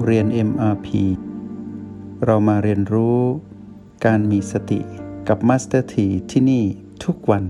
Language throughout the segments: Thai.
เรียน MRP เรามาเรียนรู้การมีสติกับ Master T ที่นี่ทุกวัน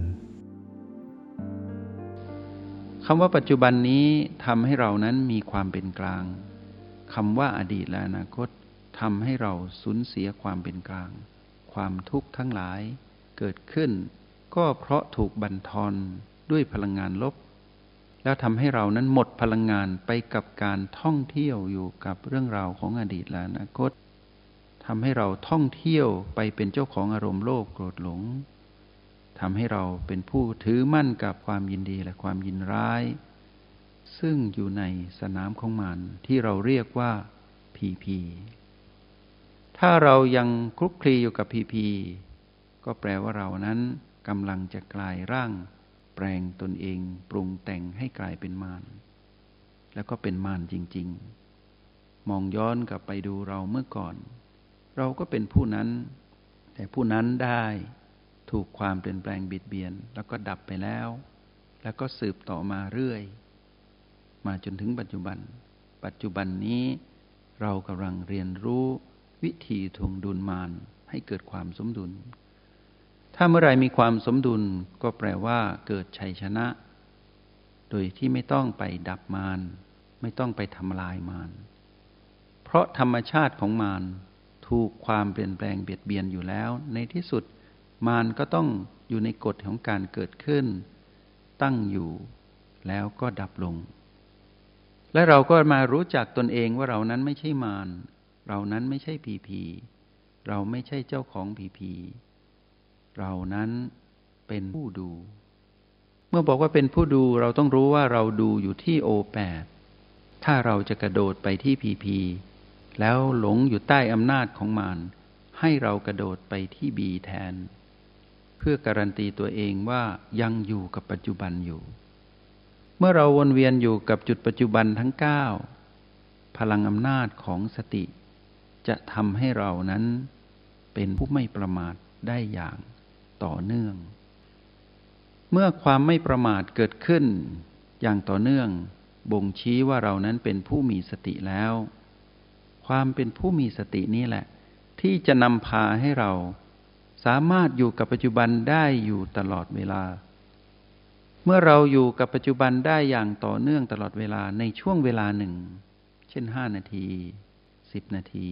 คำว่าปัจจุบันนี้ทำให้เรานั้นมีความเป็นกลางคำว่าอดีตและอนาคตทำให้เราสูญเสียความเป็นกลางความทุกข์ทั้งหลายเกิดขึ้นก็เพราะถูกบั่นทอนด้วยพลังงานลบแล้วทำให้เรานั้นหมดพลังงานไปกับการท่องเที่ยวอยู่กับเรื่องราวของอดีตและอนาคตทำให้เราท่องเที่ยวไปเป็นเจ้าของอารมณ์โลภโกรธหลงทำให้เราเป็นผู้ถือมั่นกับความยินดีและความยินร้ายซึ่งอยู่ในสนามของมันที่เราเรียกว่าพีถ้าเรายังคลุกคลีอยู่กับพีก็แปลว่าเรานั้นกำลังจะกลายร่างแปลงตนเองปรุงแต่งให้กลายเป็นมารแล้วก็เป็นมารจริงๆมองย้อนกลับไปดูเราเมื่อก่อนเราก็เป็นผู้นั้นแต่ผู้นั้นได้ถูกความเปลี่ยนแปลงบิดเบียนแล้วก็ดับไปแล้วแล้วก็สืบต่อมาเรื่อยมาจนถึงปัจจุบันนี้เรากำลังเรียนรู้วิธีทวงดุลมารให้เกิดความสมดุลถ้าเมื่อไรมีความสมดุลก็แปลว่าเกิดชัยชนะโดยที่ไม่ต้องไปดับมารไม่ต้องไปทำลายมารเพราะธรรมชาติของมารถูกความเปลี่ยนแปลงเบียดเบียนอยู่แล้วในที่สุดมารก็ต้องอยู่ในกฎของการเกิดขึ้นตั้งอยู่แล้วก็ดับลงและเราก็มารู้จักตนเองว่าเรานั้นไม่ใช่มารเรานั้นไม่ใช่พีเราไม่ใช่เจ้าของพีเรานั้นเป็นผู้ดูเมื่อบอกว่าเป็นผู้ดูเราต้องรู้ว่าเราดูอยู่ที่O8ถ้าเราจะกระโดดไปที่พีแล้วหลงอยู่ใต้อำนาจของมารให้เรากระโดดไปที่บีแทนเพื่อการันตีตัวเองว่ายังอยู่กับปัจจุบันอยู่เมื่อเราวนเวียนอยู่กับจุดปัจจุบันทั้ง9พลังอำนาจของสติจะทำให้เรานั้นเป็นผู้ไม่ประมาทได้อย่างต่อเนื่องเมื่อความไม่ประมาทเกิดขึ้นอย่างต่อเนื่องบ่งชี้ว่าเรานั้นเป็นผู้มีสติแล้วความเป็นผู้มีสตินี้แหละที่จะนำพาให้เราสามารถอยู่กับปัจจุบันได้อยู่ตลอดเวลาเมื่อเราอยู่กับปัจจุบันได้อย่างต่อเนื่องตลอดเวลาในช่วงเวลาหนึ่งเช่น5 นาที10 นาที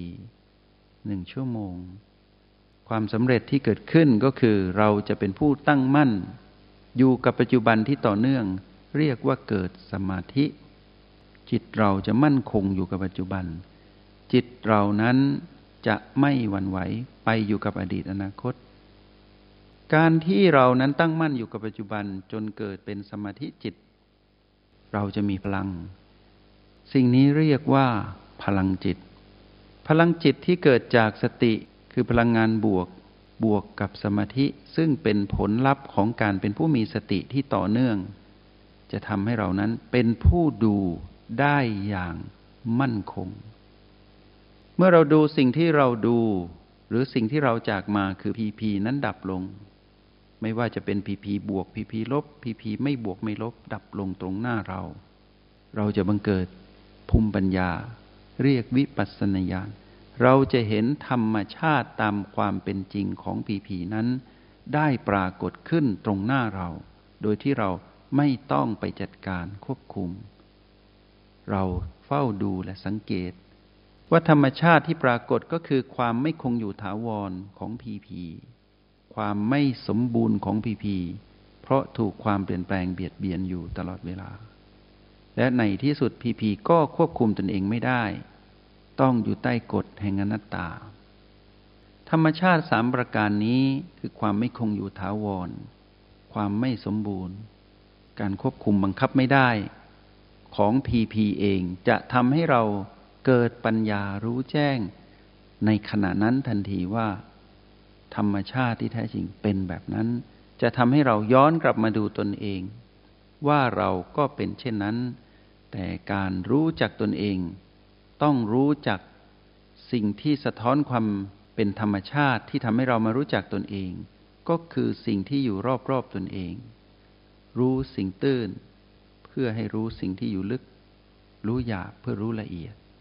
1 ชั่วโมงความสำเร็จที่เกิดขึ้นก็คือเราจะเป็นผู้ตั้งมั่นอยู่กับปัจจุบันที่ต่อเนื่องเรียกว่าเกิดสมาธิจิตเราจะมั่นคงอยู่กับปัจจุบันจิตเรานั้นจะไม่หวั่นไหวไปอยู่กับอดีตอนาคตการที่เรานั้นตั้งมั่นอยู่กับปัจจุบันจนเกิดเป็นสมาธิจิตเราจะมีพลังสิ่งนี้เรียกว่าพลังจิตที่เกิดจากสติคือพลังงานบวกกับสมาธิซึ่งเป็นผลลัพธ์ของการเป็นผู้มีสติที่ต่อเนื่องจะทำให้เรานั้นเป็นผู้ดูได้อย่างมั่นคงเมื่อเราดูสิ่งที่เราดูหรือสิ่งที่เราจากมาคือพีนั้นดับลงไม่ว่าจะเป็นพีบวกพีลบพีไม่บวกไม่ลบดับลงตรงหน้าเราจะบังเกิดภูมิปัญญาเรียกวิปัสสนาญาณเราจะเห็นธรรมชาติตามความเป็นจริงของพีนั้นได้ปรากฏขึ้นตรงหน้าเราโดยที่เราไม่ต้องไปจัดการควบคุมเราเฝ้าดูและสังเกตว่าธรรมชาติที่ปรากฏก็คือความไม่คงอยู่ถาวรของพีความไม่สมบูรณ์ของพีเพราะถูกความเปลี่ยนแปลงเบียดเบียนอยู่ตลอดเวลาและในที่สุดพีก็ควบคุมตนเองไม่ได้ต้องอยู่ใต้กฎแห่งอนัตตาธรรมชาติ3ประการนี้คือความไม่คงอยู่ถาวรความไม่สมบูรณ์การควบคุมบังคับไม่ได้ของพีเองจะทำให้เราเกิดปัญญารู้แจ้งในขณะนั้นทันทีว่าธรรมชาติที่แท้จริงเป็นแบบนั้นจะทำให้เราย้อนกลับมาดูตนเองว่าเราก็เป็นเช่นนั้นแต่การรู้จักตนเองต้องรู้จักสิ่งที่สะท้อนความเป็นธรรมชาติที่ทำให้เรามารู้จักตนเองก็คือสิ่งที่อยู่รอบๆตนเองรู้สิ่งตื้นเพื่อให้รู้สิ่งที่อยู่ลึกรู้หยาบเพื่อรู้ละเอียด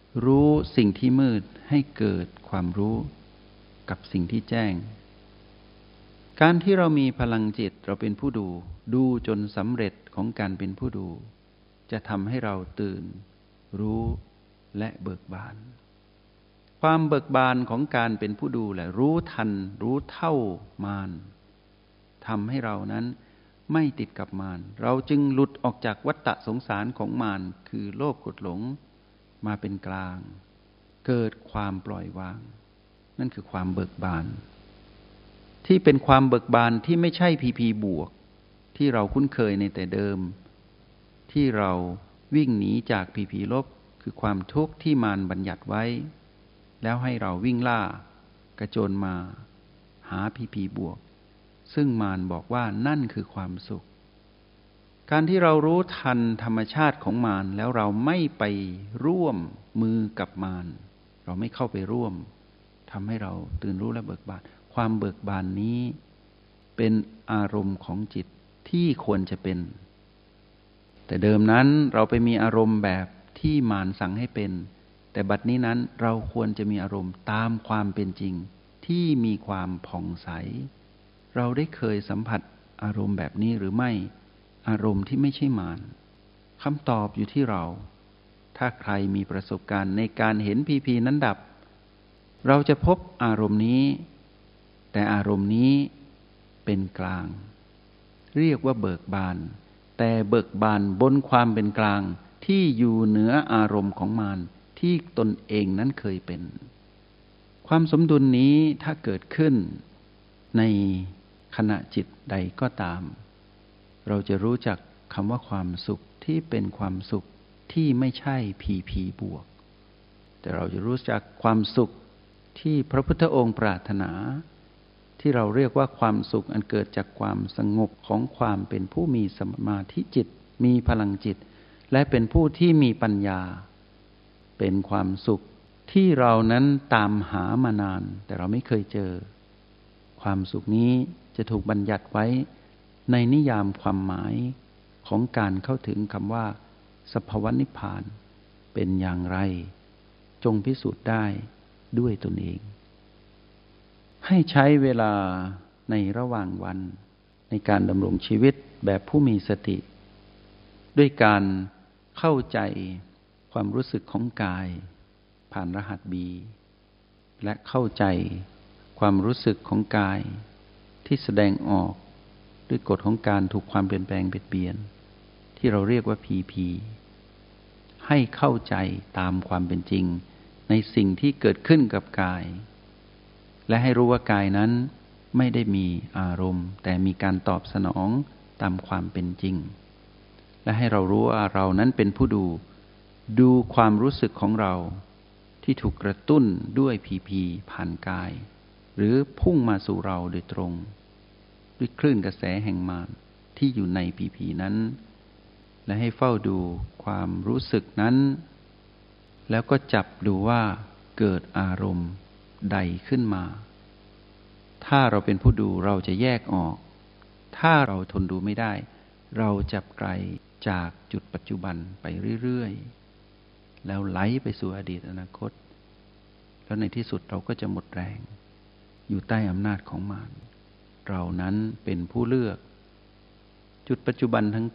รู้สิ่งที่มืดให้เกิดความรู้กับสิ่งที่แจ้งการที่เรามีพลังจิตเราเป็นผู้ดูจนสำเร็จของการเป็นผู้ดูจะทำให้เราตื่นรู้และเบิกบานความเบิกบานของการเป็นผู้ดูและรู้ทันรู้เท่ามารทำให้เรานั้นไม่ติดกับมารเราจึงหลุดออกจากวัฏฏะสงสารของมารคือโลภโกรธหลงมาเป็นกลางเกิดความปล่อยวางนั่นคือความเบิกบานที่เป็นความเบิกบานที่ไม่ใช่พีพีบวกที่เราคุ้นเคยในแต่เดิมที่เราวิ่งหนีจากพีพีลบคือความทุกข์ที่มารบัญญัติไว้แล้วให้เราวิ่งล่ากระโจนมาหาพีพีบวกซึ่งมารบอกว่านั่นคือความสุขการที่เรารู้ทันธรรมชาติของมารแล้วเราไม่ไปร่วมมือกับมารเราไม่เข้าไปร่วมทำให้เราตื่นรู้และเบิกบานความเบิกบานนี้เป็นอารมณ์ของจิตที่ควรจะเป็นแต่เดิมนั้นเราไปมีอารมณ์แบบที่มารสั่งให้เป็นแต่บัดนี้นั้นเราควรจะมีอารมณ์ตามความเป็นจริงที่มีความผ่องใสเราได้เคยสัมผัสอารมณ์แบบนี้หรือไม่อารมณ์ที่ไม่ใช่มารคำตอบอยู่ที่เราถ้าใครมีประสบการณ์ในการเห็นพีพีนั้นดับเราจะพบอารมณ์นี้แต่อารมณ์นี้เป็นกลางเรียกว่าเบิกบานแต่เบิกบานบนความเป็นกลางที่อยู่เหนืออารมณ์ของมารที่ตนเองนั้นเคยเป็นความสมดุลนี้ถ้าเกิดขึ้นในขณะจิตใดก็ตามเราจะรู้จักคำว่าความสุขที่เป็นความสุขที่ไม่ใช่พีพีบวกแต่เราจะรู้จักความสุขที่พระพุทธองค์ปรารถนาที่เราเรียกว่าความสุขอันเกิดจากความสงบของความเป็นผู้มีสมาธิจิตมีพลังจิตและเป็นผู้ที่มีปัญญาเป็นความสุขที่เรานั้นตามหามานานแต่เราไม่เคยเจอความสุขนี้จะถูกบัญญัติไว้ในนิยามความหมายของการเข้าถึงคำว่าสภาวะนิพพานเป็นอย่างไรจงพิสูจน์ได้ด้วยตนเองให้ใช้เวลาในระหว่างวันในการดำรงชีวิตแบบผู้มีสติด้วยการเข้าใจความรู้สึกของกายผ่านรหัส B และเข้าใจความรู้สึกของกายที่แสดงออกด้วยกฎของการถูกความเปลี่ยนแปลงเบียดเบียนที่เราเรียกว่า PP ให้เข้าใจตามความเป็นจริงในสิ่งที่เกิดขึ้นกับกายและให้รู้ว่ากายนั้นไม่ได้มีอารมณ์แต่มีการตอบสนองตามความเป็นจริงและให้เรารู้ว่าเรานั้นเป็นผู้ดูความรู้สึกของเราที่ถูกกระตุ้นด้วยพีพีผ่านกายหรือพุ่งมาสู่เราโดยตรงด้วยคลื่นกระแสแห่งมารที่อยู่ในพีพีนั้นและให้เฝ้าดูความรู้สึกนั้นแล้วก็จับดูว่าเกิดอารมณ์ใดขึ้นมาถ้าเราเป็นผู้ดูเราจะแยกออกถ้าเราทนดูไม่ได้เราจะไกลจากจุดปัจจุบันไปเรื่อยๆแล้วไหลไปสู่อดีตอนาคตแล้วในที่สุดเราก็จะหมดแรงอยู่ใต้อำนาจของมารเรานั้นเป็นผู้เลือกจุดปัจจุบันทั้ง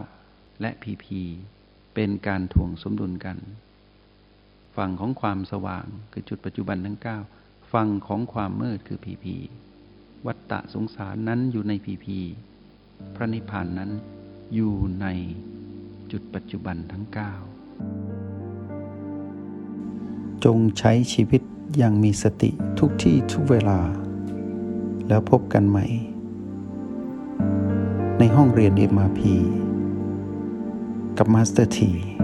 9และพีพีเป็นการถ่วงสมดุลกันฝั่งของความสว่างคือจุดปัจจุบันทั้ง9ฝั่งของความมืดคือพีพีวัฏฏะสงสารนั้นอยู่ในพีพีพระนิพพานนั้นอยู่ในจุดปัจจุบันทั้ง9จงใช้ชีวิตอย่างมีสติทุกที่ทุกเวลาแล้วพบกันใหม่ในห้องเรียน MRP กับมาสเตอร์ที